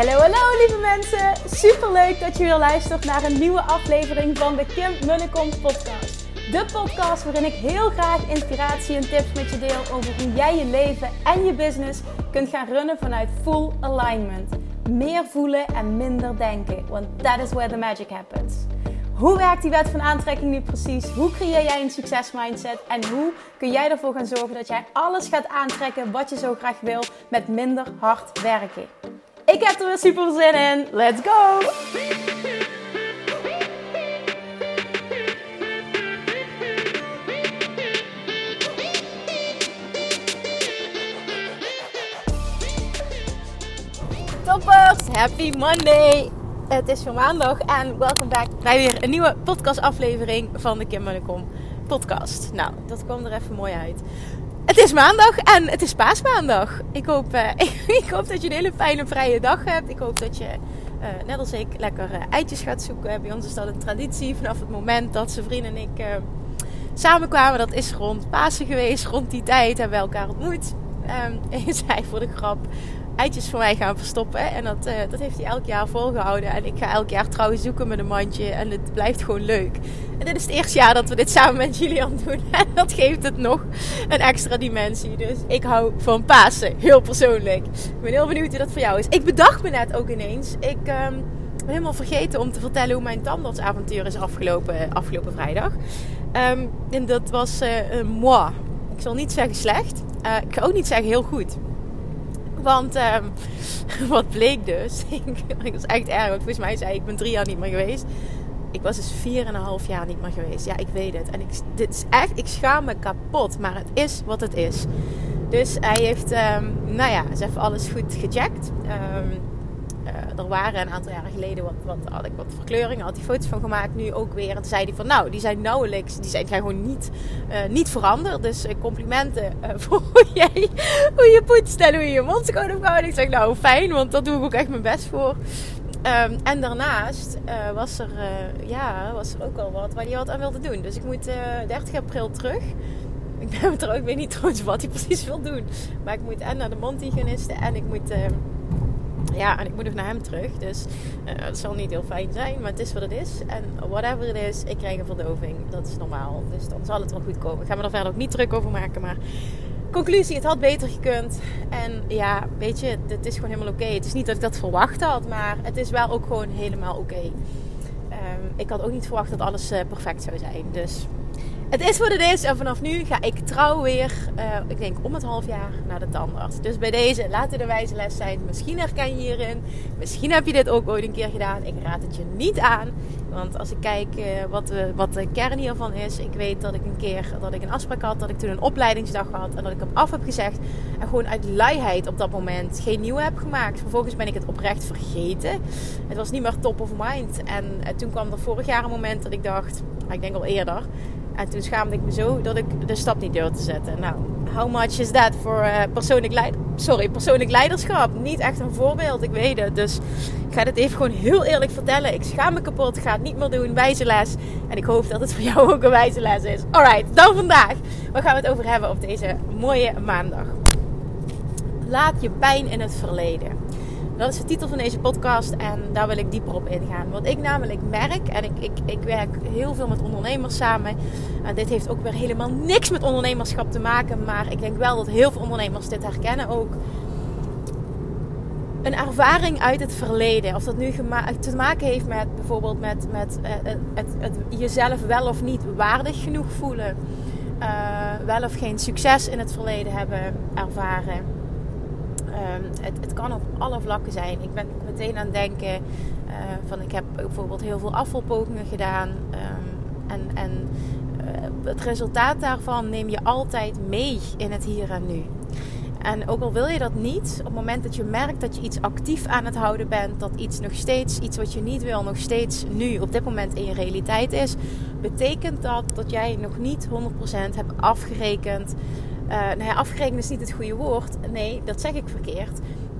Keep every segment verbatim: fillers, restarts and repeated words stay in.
Hallo, hallo lieve mensen. Superleuk dat je weer luistert naar een nieuwe aflevering van de Kim Munnekom podcast. De podcast waarin ik heel graag inspiratie en tips met je deel over hoe jij je leven en je business kunt gaan runnen vanuit full alignment. Meer voelen en minder denken, want that is where the magic happens. Hoe werkt die wet van aantrekking nu precies? Hoe creëer jij een succesmindset? En hoe kun jij ervoor gaan zorgen dat jij alles gaat aantrekken wat je zo graag wil met minder hard werken? Ik heb er weer super zin in. Let's go! Toppers! Happy Monday! Het is weer maandag en welkom back bij weer een nieuwe podcastaflevering van de Kim Munnekom podcast. Nou, dat kwam er even mooi uit. Het is maandag en het is paasmaandag. Ik hoop, uh, ik, ik hoop dat je een hele fijne vrije dag hebt. Ik hoop dat je, uh, net als ik, lekker uh, eitjes gaat zoeken. Bij ons is dat een traditie vanaf het moment dat zijn vriend en ik uh, samenkwamen. Dat is rond Pasen geweest. Rond die tijd hebben we elkaar ontmoet. Um, en zei voor de grap eitjes voor mij gaan verstoppen. En dat, uh, dat heeft hij elk jaar volgehouden. En ik ga elk jaar trouw zoeken met een mandje. En het blijft gewoon leuk. En dit is het eerste jaar dat we dit samen met Julian doen. En dat geeft het nog een extra dimensie. Dus ik hou van Pasen. Heel persoonlijk. Ik ben heel benieuwd hoe dat voor jou is. Ik bedacht me net ook ineens. Ik um, ben helemaal vergeten om te vertellen hoe mijn tandartsavontuur is afgelopen, afgelopen vrijdag. Um, en dat was uh, een moi. Ik zal niet zeggen slecht. Uh, ik ga ook niet zeggen heel goed. Want um, wat bleek dus, ik was echt erg, want volgens mij zei ik, ik ben drie jaar niet meer geweest. Ik was dus vier en een half jaar niet meer geweest. Ja, ik weet het. En ik, dit is echt, ik schaam me kapot, maar het is wat het is. Dus hij heeft, um, nou ja, eens even alles goed gecheckt. Um, uh, er waren een aantal jaren geleden wat, wat, had ik wat verkleuringen, had hij foto's van gemaakt, nu ook weer. En toen zei hij van, nou, die zijn nauwelijks, die zijn gewoon niet, uh, niet veranderd. Dus uh, complimenten uh, voor hoe jij, hoe je poetst en hoe je je mond schoon ophouden. Ik zeg, nou, fijn, want daar doe ik ook echt mijn best voor. Um, en daarnaast uh, was, er, uh, ja, was er ook al wat waar hij wat aan wilde doen. Dus ik moet uh, dertig april terug. Ik ben het er ook, ik weet niet trouwens wat hij precies wil doen. Maar ik moet en naar de mondhygiëniste en ik moet... Uh, Ja, en ik moet nog naar hem terug. Dus uh, het zal niet heel fijn zijn. Maar het is wat het is. En whatever het is, ik krijg een verdoving. Dat is normaal. Dus dan zal het wel goed komen. Ik ga me er verder ook niet druk over maken. Maar conclusie, het had beter gekund. En ja, weet je, het is gewoon helemaal oké. Okay. Het is niet dat ik dat verwacht had. Maar het is wel ook gewoon helemaal oké. Okay. Um, ik had ook niet verwacht dat alles uh, perfect zou zijn. Dus... Het is wat het is en vanaf nu ga ik trouw weer, uh, ik denk om het half jaar, naar de tandarts. Dus bij deze, laat dit een wijze les zijn. Misschien herken je hierin. Misschien heb je dit ook ooit een keer gedaan. Ik raad het je niet aan. Want als ik kijk uh, wat, we, wat de kern hiervan is. Ik weet dat ik een keer dat ik een afspraak had. Dat ik toen een opleidingsdag had. En dat ik hem af heb gezegd. En gewoon uit luiheid op dat moment geen nieuwe heb gemaakt. Vervolgens ben ik het oprecht vergeten. Het was niet meer top of mind. En uh, toen kwam er vorig jaar een moment dat ik dacht. Ik denk al eerder. En toen schaamde ik me zo dat ik de stap niet durfde te zetten. Nou, how much is that voor uh, persoonlijk, leid- Sorry, persoonlijk leiderschap? Niet echt een voorbeeld, ik weet het. Dus ik ga dit even gewoon heel eerlijk vertellen. Ik schaam me kapot, ik ga het niet meer doen. Wijze les. En ik hoop dat het voor jou ook een wijze les is. Alright, dan vandaag. Waar gaan we het over hebben op deze mooie maandag? Laat je pijn in het verleden. Dat is de titel van deze podcast en daar wil ik dieper op ingaan. Wat ik namelijk merk, en ik, ik, ik werk heel veel met ondernemers samen. En dit heeft ook weer helemaal niks met ondernemerschap te maken. Maar ik denk wel dat heel veel ondernemers dit herkennen ook. Een ervaring uit het verleden. Of dat nu gema- te maken heeft met bijvoorbeeld met, met uh, het, het, het jezelf wel of niet waardig genoeg voelen. Uh, wel of geen succes in het verleden hebben ervaren. Um, het, het kan op alle vlakken zijn. Ik ben meteen aan het denken uh, van ik heb bijvoorbeeld heel veel afvalpogingen gedaan. Um, en en uh, het resultaat daarvan neem je altijd mee in het hier en nu. En ook al wil je dat niet, op het moment dat je merkt dat je iets actief aan het houden bent, dat iets nog steeds, iets wat je niet wil, nog steeds nu op dit moment in je realiteit is, betekent dat dat jij nog niet honderd procent hebt afgerekend. Uh, nou ja, afgerekend is niet het goede woord. Nee, dat zeg ik verkeerd.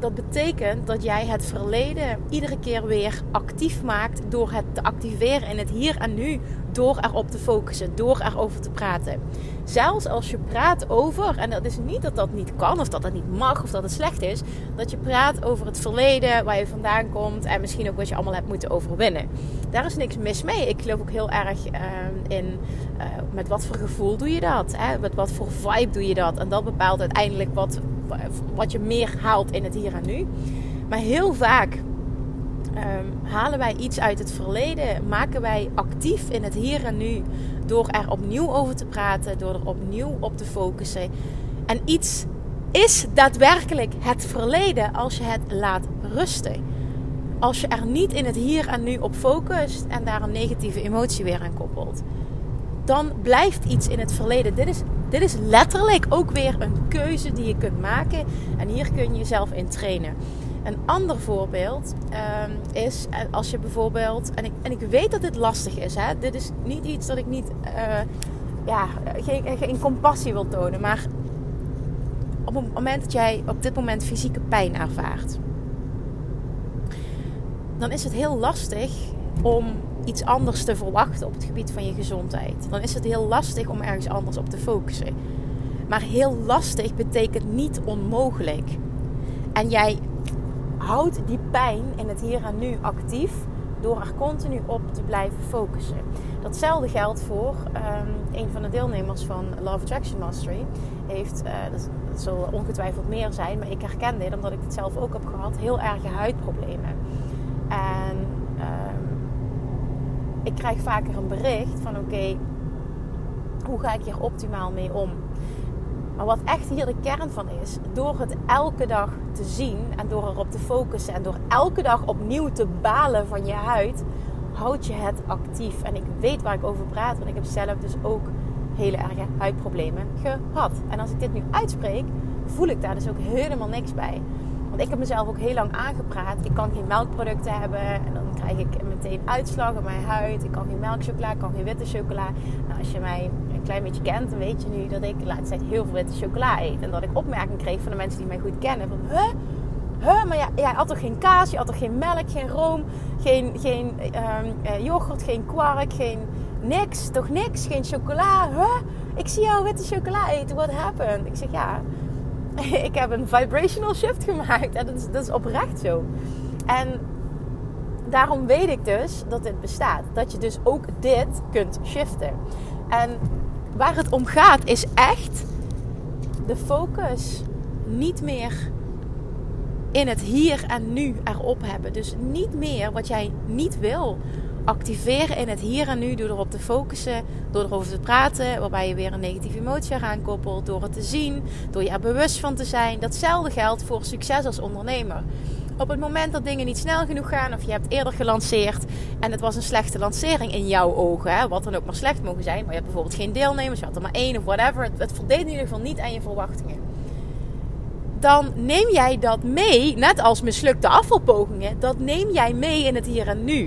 dat betekent dat jij het verleden iedere keer weer actief maakt door het te activeren in het hier en nu, door erop te focussen, door erover te praten. Zelfs als je praat over, en dat is niet dat dat niet kan, of dat dat niet mag, of dat het slecht is, dat je praat over het verleden, waar je vandaan komt en misschien ook wat je allemaal hebt moeten overwinnen. Daar is niks mis mee. Ik geloof ook heel erg uh, in uh, met wat voor gevoel doe je dat, hè? Met wat voor vibe doe je dat, en dat bepaalt uiteindelijk wat, wat je meer haalt in het hier en nu. Maar heel vaak Um, halen wij iets uit het verleden, maken wij actief in het hier en nu door er opnieuw over te praten, door er opnieuw op te focussen. En iets is daadwerkelijk het verleden als je het laat rusten. Als je er niet in het hier en nu op focust en daar een negatieve emotie weer aan koppelt, dan blijft iets in het verleden. Dit is, dit is letterlijk ook weer een keuze die je kunt maken en hier kun je jezelf in trainen. Een ander voorbeeld um, is als je bijvoorbeeld... En ik, en ik weet dat dit lastig is. Hè? Dit is niet iets dat ik niet... Uh, ja, geen, geen compassie wil tonen. Maar op het moment dat jij op dit moment fysieke pijn ervaart, dan is het heel lastig om iets anders te verwachten op het gebied van je gezondheid. Dan is het heel lastig om ergens anders op te focussen. Maar heel lastig betekent niet onmogelijk. En jij houd die pijn in het hier en nu actief door er continu op te blijven focussen. Datzelfde geldt voor um, een van de deelnemers van Law of Attraction Mastery. Heeft, uh, dat, dat zal ongetwijfeld meer zijn, maar ik herken dit omdat ik het zelf ook heb gehad. Heel erge huidproblemen. En um, ik krijg vaker een bericht van oké, okay, hoe ga ik hier optimaal mee om? Maar wat echt hier de kern van is, door het elke dag te zien en door erop te focussen en door elke dag opnieuw te balen van je huid, houd je het actief. En ik weet waar ik over praat, want ik heb zelf dus ook hele erge huidproblemen gehad. En als ik dit nu uitspreek, voel ik daar dus ook helemaal niks bij. Want ik heb mezelf ook heel lang aangepraat. Ik kan geen melkproducten hebben en dan krijg ik meteen uitslag op mijn huid. Ik kan geen melkchocola, ik kan geen witte chocola. Nou, als je mij een klein beetje kent, dan weet je nu dat ik de laatste tijd heel veel witte chocola eet. En dat ik opmerking kreeg van de mensen die mij goed kennen. Van, huh? Huh? Maar ja, jij had toch geen kaas, je had toch geen melk, geen room, geen, geen um, uh, yoghurt, geen kwark, geen niks, toch niks, geen chocola. Huh? Ik zie jou witte chocola eten, what happened? Ik zeg ja... Ik heb een vibrational shift gemaakt. En dat is, dat is oprecht zo. En daarom weet ik dus dat dit bestaat. Dat je dus ook dit kunt shiften. En waar het om gaat is echt de focus niet meer in het hier en nu erop hebben. Dus niet meer wat jij niet wil activeren in het hier en nu door erop te focussen, door erover te praten, waarbij je weer een negatieve emotie eraan koppelt, door het te zien, door je er bewust van te zijn. Datzelfde geldt voor succes als ondernemer. Op het moment dat dingen niet snel genoeg gaan of je hebt eerder gelanceerd en het was een slechte lancering in jouw ogen, hè, wat dan ook maar slecht mogen zijn, maar je hebt bijvoorbeeld geen deelnemers, je had er maar één of whatever, het, het voldeed in ieder geval niet aan je verwachtingen. Dan neem jij dat mee, net als mislukte afvalpogingen, dat neem jij mee in het hier en nu.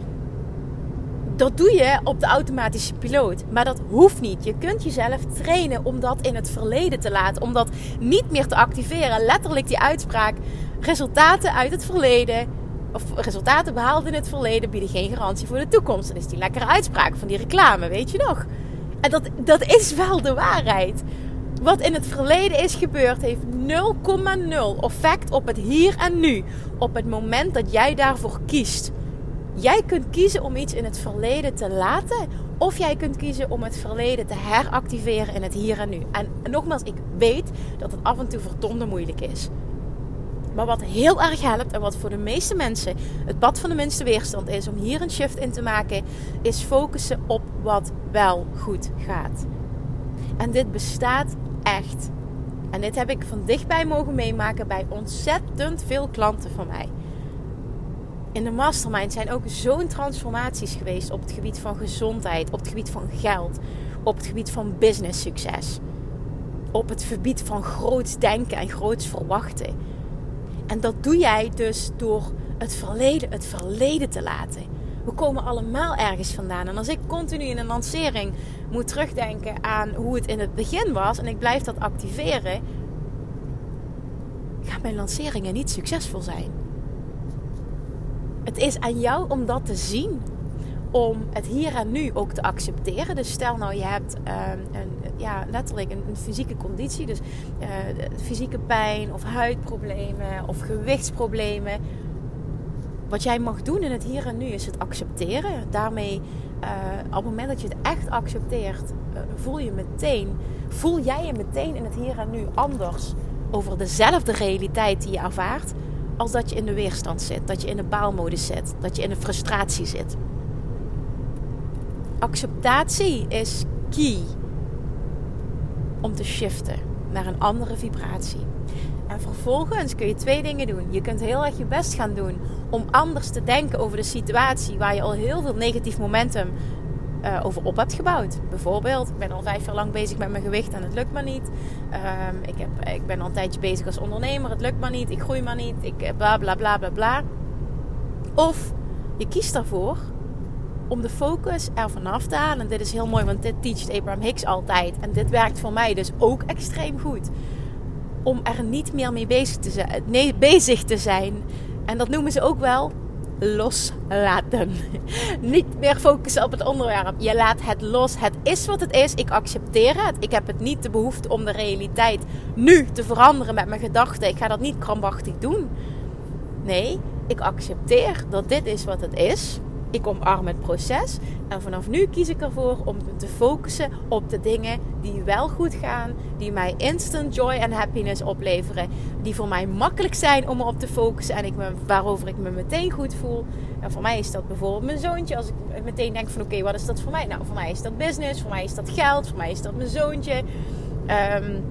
Dat doe je op de automatische piloot. Maar dat hoeft niet. Je kunt jezelf trainen om dat in het verleden te laten. Om dat niet meer te activeren. Letterlijk die uitspraak. Resultaten uit het verleden. Of resultaten behaald in het verleden bieden geen garantie voor de toekomst. Dat is die lekkere uitspraak van die reclame. Weet je nog? En dat, dat is wel de waarheid. Wat in het verleden is gebeurd heeft nul komma nul effect op het hier en nu. Op het moment dat jij daarvoor kiest. Jij kunt kiezen om iets in het verleden te laten. Of jij kunt kiezen om het verleden te heractiveren in het hier en nu. En nogmaals, ik weet dat het af en toe verdomde moeilijk is. Maar wat heel erg helpt en wat voor de meeste mensen het pad van de minste weerstand is om hier een shift in te maken, is focussen op wat wel goed gaat. En dit bestaat echt. En dit heb ik van dichtbij mogen meemaken bij ontzettend veel klanten van mij. In de mastermind zijn ook zo'n transformaties geweest op het gebied van gezondheid, op het gebied van geld, op het gebied van business succes, op het gebied van groots denken en groots verwachten. En dat doe jij dus door het verleden, het verleden te laten. We komen allemaal ergens vandaan. En als ik continu in een lancering moet terugdenken aan hoe het in het begin was en ik blijf dat activeren, gaan mijn lanceringen niet succesvol zijn. Het is aan jou om dat te zien. Om het hier en nu ook te accepteren. Dus stel nou je hebt uh, een, ja, letterlijk een, een fysieke conditie. Dus uh, fysieke pijn of huidproblemen of gewichtsproblemen. Wat jij mag doen in het hier en nu is het accepteren. Daarmee, uh, op het moment dat je het echt accepteert, uh, voel je meteen, voel jij je meteen in het hier en nu anders over dezelfde realiteit die je ervaart, als dat je in de weerstand zit, dat je in de baalmodus zit, dat je in de frustratie zit. Acceptatie is key om te shiften naar een andere vibratie. En vervolgens kun je twee dingen doen. Je kunt heel erg je best gaan doen om anders te denken over de situatie waar je al heel veel negatief momentum uh, over op hebt gebouwd. Bijvoorbeeld, ik ben al vijf jaar lang bezig met mijn gewicht en het lukt maar niet. Um, ik, heb, ik ben al een tijdje bezig als ondernemer, het lukt maar niet. Ik groei maar niet. Ik bla bla bla bla bla. Of je kiest daarvoor om de focus er vanaf te halen. En dit is heel mooi, want dit teacht Abraham Hicks altijd. En dit werkt voor mij dus ook extreem goed. Om er niet meer mee bezig te zijn. Nee, bezig te zijn. En dat noemen ze ook wel loslaten. Niet meer focussen op het onderwerp. Je laat het los. Het is wat het is. Ik accepteer het. Ik heb het niet de behoefte om de realiteit nu te veranderen met mijn gedachten. Ik ga dat niet krampachtig doen. Nee, ik accepteer dat dit is wat het is. Ik omarm het proces en vanaf nu kies ik ervoor om te focussen op de dingen die wel goed gaan, die mij instant joy en happiness opleveren, die voor mij makkelijk zijn om erop te focussen en ik me, waarover ik me meteen goed voel. En voor mij is dat bijvoorbeeld mijn zoontje. Als ik meteen denk van oké, okay, wat is dat voor mij? Nou, voor mij is dat business, voor mij is dat geld, voor mij is dat mijn zoontje. Um,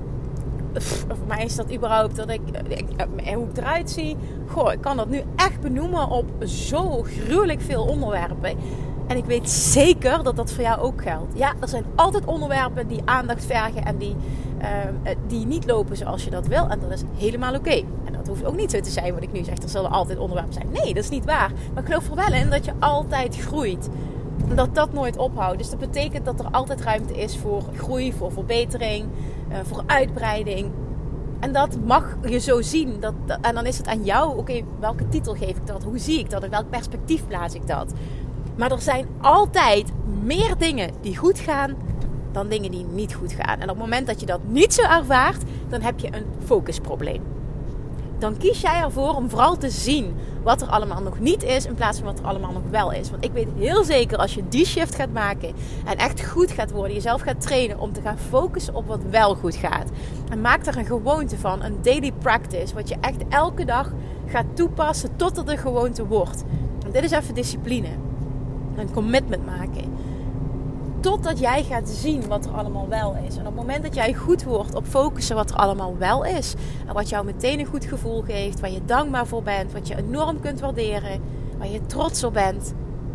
Voor mij is dat überhaupt dat ik, ik, hoe ik eruit zie. Goh, ik kan dat nu echt benoemen op zo gruwelijk veel onderwerpen. En ik weet zeker dat dat voor jou ook geldt. Ja, er zijn altijd onderwerpen die aandacht vergen en die, uh, die niet lopen zoals je dat wil. En dat is helemaal oké. Okay. En dat hoeft ook niet zo te zijn wat ik nu zeg. Er zullen altijd onderwerpen zijn. Nee, dat is niet waar. Maar ik geloof er wel in dat je altijd groeit. Dat dat nooit ophoudt. Dus dat betekent dat er altijd ruimte is voor groei, voor verbetering, uh, voor uitbreiding. En dat mag je zo zien. Dat, dat, en dan is het aan jou, oké, okay, welke titel geef ik dat? Hoe zie ik dat? In welk perspectief plaats ik dat? Maar er zijn altijd meer dingen die goed gaan dan dingen die niet goed gaan. En op het moment dat je dat niet zo ervaart, dan heb je een focusprobleem. Dan kies jij ervoor om vooral te zien wat er allemaal nog niet is in plaats van wat er allemaal nog wel is. Want ik weet heel zeker als je die shift gaat maken en echt goed gaat worden, jezelf gaat trainen om te gaan focussen op wat wel goed gaat. En maak er een gewoonte van, een daily practice, wat je echt elke dag gaat toepassen tot het een gewoonte wordt. En dit is even discipline. Een commitment maken. Totdat jij gaat zien wat er allemaal wel is. En op het moment dat jij goed wordt op focussen wat er allemaal wel is. En wat jou meteen een goed gevoel geeft. Waar je dankbaar voor bent. Wat je enorm kunt waarderen. Waar je trots op bent.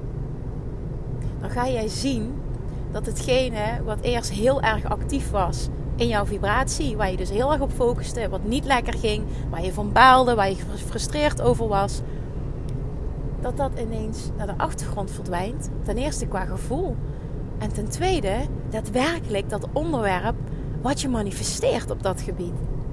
Dan ga jij zien dat hetgene wat eerst heel erg actief was in jouw vibratie. Waar je dus heel erg op focuste. Wat niet lekker ging. Waar je van baalde. Waar je gefrustreerd over was. Dat dat ineens naar de achtergrond verdwijnt. Ten eerste qua gevoel. En ten tweede, daadwerkelijk dat onderwerp wat je manifesteert op dat gebied.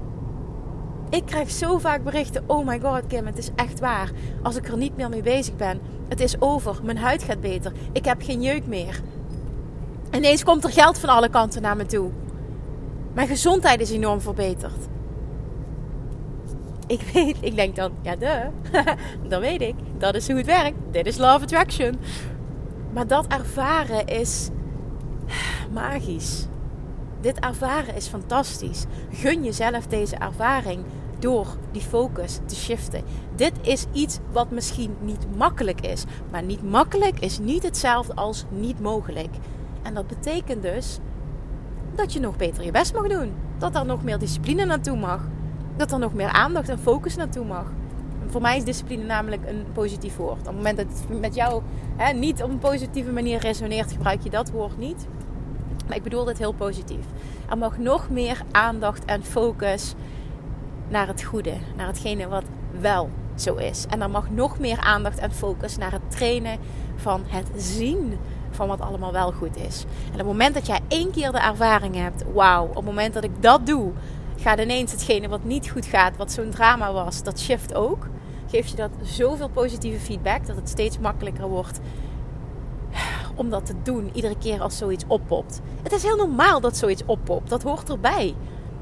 Ik krijg zo vaak berichten, oh my god Kim, het is echt waar. Als ik er niet meer mee bezig ben, het is over, mijn huid gaat beter, ik heb geen jeuk meer. Ineens komt er geld van alle kanten naar me toe. Mijn gezondheid is enorm verbeterd. Ik weet, ik denk dan, ja duh, dat weet ik. Dat is hoe het werkt. Dit is Law of Attraction. Maar dat ervaren is magisch. Dit ervaren is fantastisch. Gun jezelf deze ervaring door die focus te shiften. Dit is iets wat misschien niet makkelijk is. Maar niet makkelijk is niet hetzelfde als niet mogelijk. En dat betekent dus dat je nog beter je best mag doen. Dat er nog meer discipline naartoe mag. Dat er nog meer aandacht en focus naartoe mag. Voor mij is discipline namelijk een positief woord. Op het moment dat het met jou hè, niet op een positieve manier resoneert, gebruik je dat woord niet. Maar ik bedoel dit heel positief. Er mag nog meer aandacht en focus naar het goede. Naar hetgene wat wel zo is. En er mag nog meer aandacht en focus naar het trainen van het zien van wat allemaal wel goed is. En op het moment dat jij één keer de ervaring hebt, wauw, op het moment dat ik dat doe, gaat ineens hetgene wat niet goed gaat, wat zo'n drama was, dat shift ook. Geeft je dat zoveel positieve feedback dat het steeds makkelijker wordt om dat te doen. Iedere keer als zoiets oppopt. Het is heel normaal dat zoiets oppopt. Dat hoort erbij.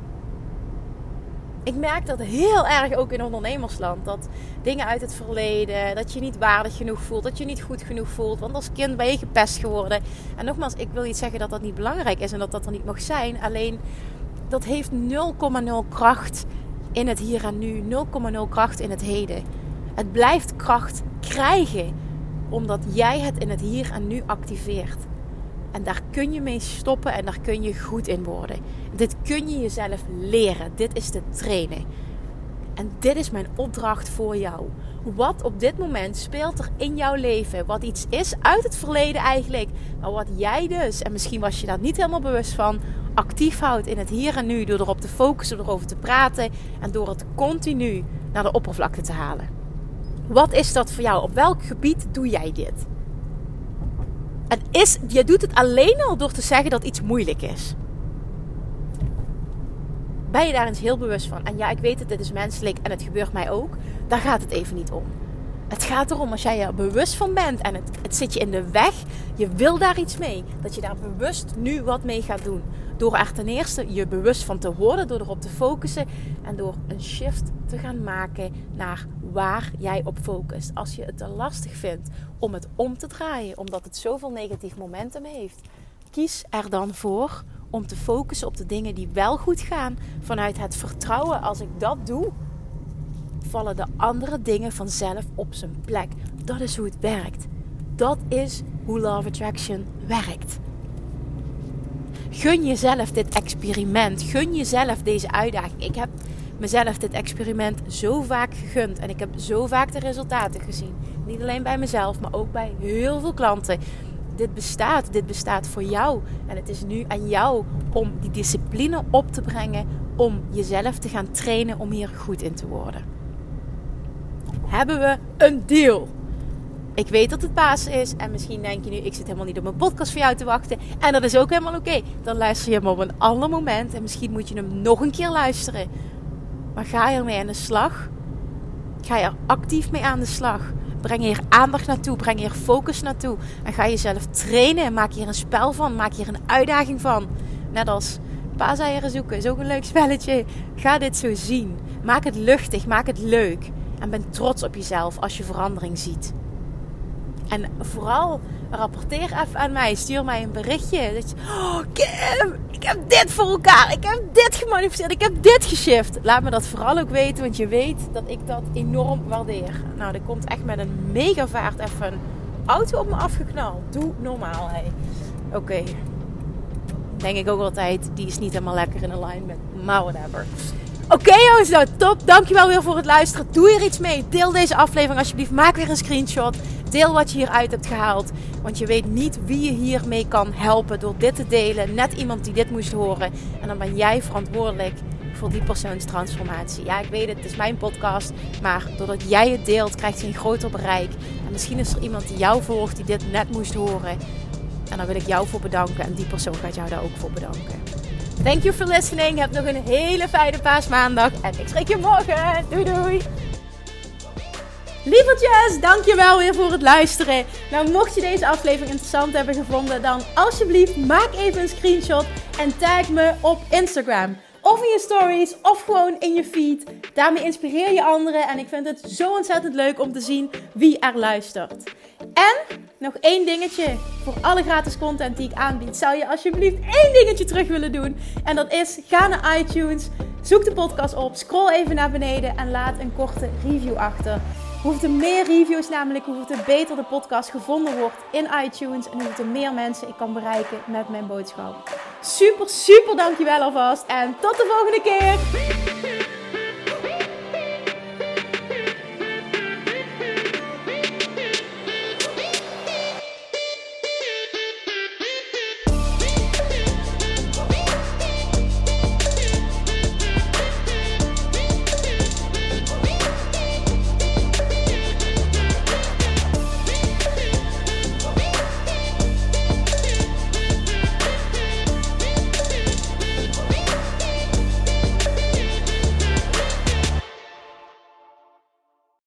Ik merk dat heel erg ook in ondernemersland. Dat dingen uit het verleden, dat je niet waardig genoeg voelt, dat je niet goed genoeg voelt. Want als kind ben je gepest geworden. En nogmaals, ik wil niet zeggen dat dat niet belangrijk is en dat dat er niet mag zijn. Alleen, dat heeft nul komma nul kracht in het hier en nu. nul komma nul kracht in het heden. Het blijft kracht krijgen, omdat jij het in het hier en nu activeert. En daar kun je mee stoppen en daar kun je goed in worden. Dit kun je jezelf leren. Dit is te trainen. En dit is mijn opdracht voor jou. Wat op dit moment speelt er in jouw leven? Wat iets is uit het verleden eigenlijk. Maar wat jij dus, en misschien was je daar niet helemaal bewust van, actief houdt in het hier en nu. Door erop te focussen, door erover te praten. En door het continu naar de oppervlakte te halen. Wat is dat voor jou? Op welk gebied doe jij dit? Het is, je doet het alleen al door te zeggen dat iets moeilijk is. Ben je daar eens heel bewust van? En ja, ik weet het, dit is menselijk en het gebeurt mij ook. Daar gaat het even niet om. Het gaat erom, als jij er bewust van bent en het, het zit je in de weg, je wil daar iets mee, dat je daar bewust nu wat mee gaat doen. Door er ten eerste je bewust van te worden, door erop te focussen en door een shift te gaan maken naar waar jij op focust. Als je het te lastig vindt om het om te draaien, omdat het zoveel negatief momentum heeft, kies er dan voor om te focussen op de dingen die wel goed gaan, vanuit het vertrouwen, als ik dat doe, vallen de andere dingen vanzelf op zijn plek. Dat is hoe het werkt. Dat is hoe Law of Attraction werkt. Gun jezelf dit experiment. Gun jezelf deze uitdaging. Ik heb mezelf dit experiment zo vaak gegund. En ik heb zo vaak de resultaten gezien. Niet alleen bij mezelf, maar ook bij heel veel klanten. Dit bestaat. Dit bestaat voor jou. En het is nu aan jou om die discipline op te brengen. Om jezelf te gaan trainen om hier goed in te worden. Hebben we een deal? Ik weet dat het Pasen is. En misschien denk je nu, ik zit helemaal niet op mijn podcast voor jou te wachten. En dat is ook helemaal oké. Okay. Dan luister je hem op een ander moment. En misschien moet je hem nog een keer luisteren. Maar ga je ermee aan de slag? Ga je er actief mee aan de slag? Breng hier aandacht naartoe. Breng hier focus naartoe. En ga jezelf trainen. Maak hier een spel van. Maak hier een uitdaging van. Net als paaseieren zoeken. Is ook een leuk spelletje. Ga dit zo zien. Maak het luchtig. Maak het leuk. En ben trots op jezelf als je verandering ziet. En vooral rapporteer even aan mij. Stuur mij een berichtje. Dat je, oh Kim, ik heb dit voor elkaar. Ik heb dit gemanifesteerd. Ik heb dit geshift. Laat me dat vooral ook weten. Want je weet dat ik dat enorm waardeer. Nou, er komt echt met een mega vaart even een auto op me afgeknald. Doe normaal, hé. Oké. Okay. Denk ik ook altijd. Die is niet helemaal lekker in alignment. Maar whatever. Oké okay, jongens, nou top. Dankjewel weer voor het luisteren. Doe er iets mee. Deel deze aflevering alsjeblieft. Maak weer een screenshot. Deel wat je hieruit hebt gehaald. Want je weet niet wie je hiermee kan helpen door dit te delen. Net iemand die dit moest horen. En dan ben jij verantwoordelijk voor die persoonstransformatie. Ja, ik weet het. Het is mijn podcast. Maar doordat jij het deelt, krijgt hij een groter bereik. En misschien is er iemand die jou volgt die dit net moest horen. En daar wil ik jou voor bedanken. En die persoon gaat jou daar ook voor bedanken. Thank you for listening. Heb nog een hele fijne paasmaandag. En ik spreek je morgen. Doei doei. Lievertjes, dankjewel weer voor het luisteren. Nou, mocht je deze aflevering interessant hebben gevonden, dan alsjeblieft maak even een screenshot en tag me op Instagram. Of in je stories, of gewoon in je feed. Daarmee inspireer je anderen en ik vind het zo ontzettend leuk om te zien wie er luistert. En nog één dingetje. Voor alle gratis content die ik aanbied, zou je alsjeblieft één dingetje terug willen doen. En dat is, ga naar iTunes, zoek de podcast op, scroll even naar beneden en laat een korte review achter. Hoe er meer reviews namelijk, hoe er beter de podcast gevonden wordt in iTunes. En hoe er meer mensen ik kan bereiken met mijn boodschap. Super, super dankjewel alvast. En tot de volgende keer.